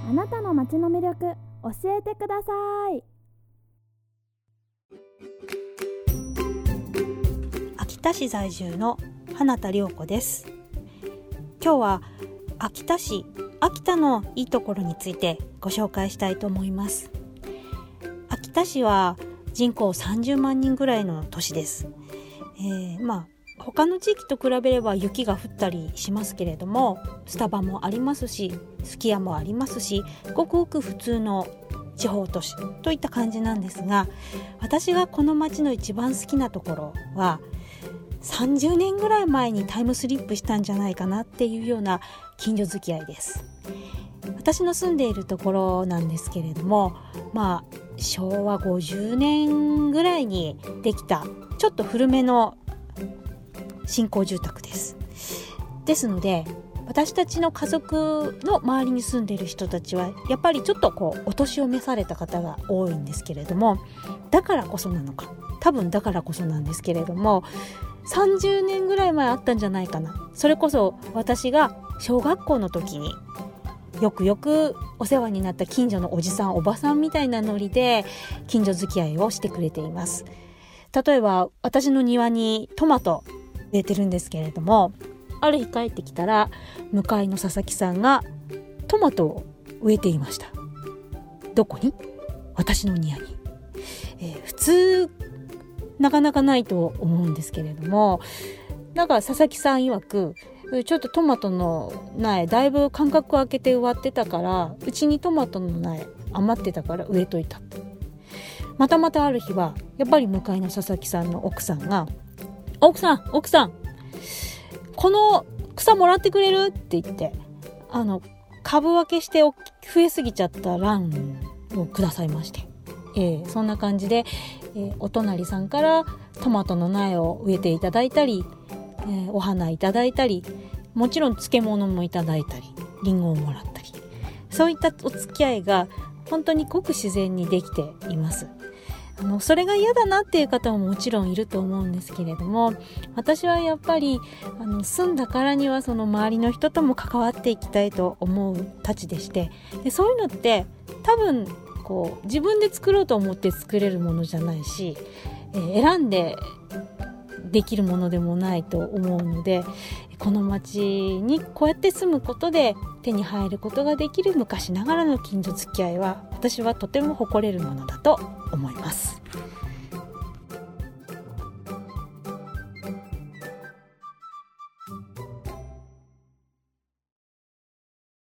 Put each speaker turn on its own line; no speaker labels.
あなたの街の魅力教えてください。
秋田市在住の花田涼子です。今日は秋田市、秋田のいいところについてご紹介したいと思います。秋田市は人口30万人ぐらいの都市です。他の地域と比べれば雪が降ったりしますけれども、スタバもありますし、すき家もありますし、ごくごく普通の地方都市といった感じなんですが、私がこの町の一番好きなところは30年ぐらい前にタイムスリップしたんじゃないかなっていうような近所付き合いです。私の住んでいるところなんですけれども、昭和50年ぐらいにできたちょっと古めの新興住宅です。ですので、私たちの家族の周りに住んでいる人たちはやっぱりちょっとお年を召された方が多いんですけれども、だからこそなのか、多分だからこそなんですけれども、30年ぐらい前あったんじゃないかな。それこそ私が小学校の時によくよくお世話になった近所のおじさんおばさんみたいなノリで近所付き合いをしてくれています。例えば私の庭にトマト植えてるんですけれども、ある日帰ってきたら向かいの佐々木さんがトマトを植えていました。どこに？私の庭に。普通なかなかないと思うんですけれども、だから佐々木さん曰く、ちょっとトマトの苗だいぶ間隔空けて植わってたから、うちにトマトの苗余ってたから植えといた。またある日はやっぱり向かいの佐々木さんの奥さんが、奥さんこの草もらってくれるって言って、株分けして増えすぎちゃった蘭をくださいまして、そんな感じで、お隣さんからトマトの苗を植えていただいたり、お花いただいたり、もちろん漬物もいただいたり、リンゴをもらったり、そういったお付き合いが本当にごく自然にできています。それが嫌だなっていう方ももちろんいると思うんですけれども、私はやっぱり住んだからにはその周りの人とも関わっていきたいと思うたちでして、でそういうのって多分自分で作ろうと思って作れるものじゃないし、選んでできるものでもないと思うので、この町にこうやって住むことで手に入ることができる昔ながらの近所付き合いは、私はとても誇れるものだと思います。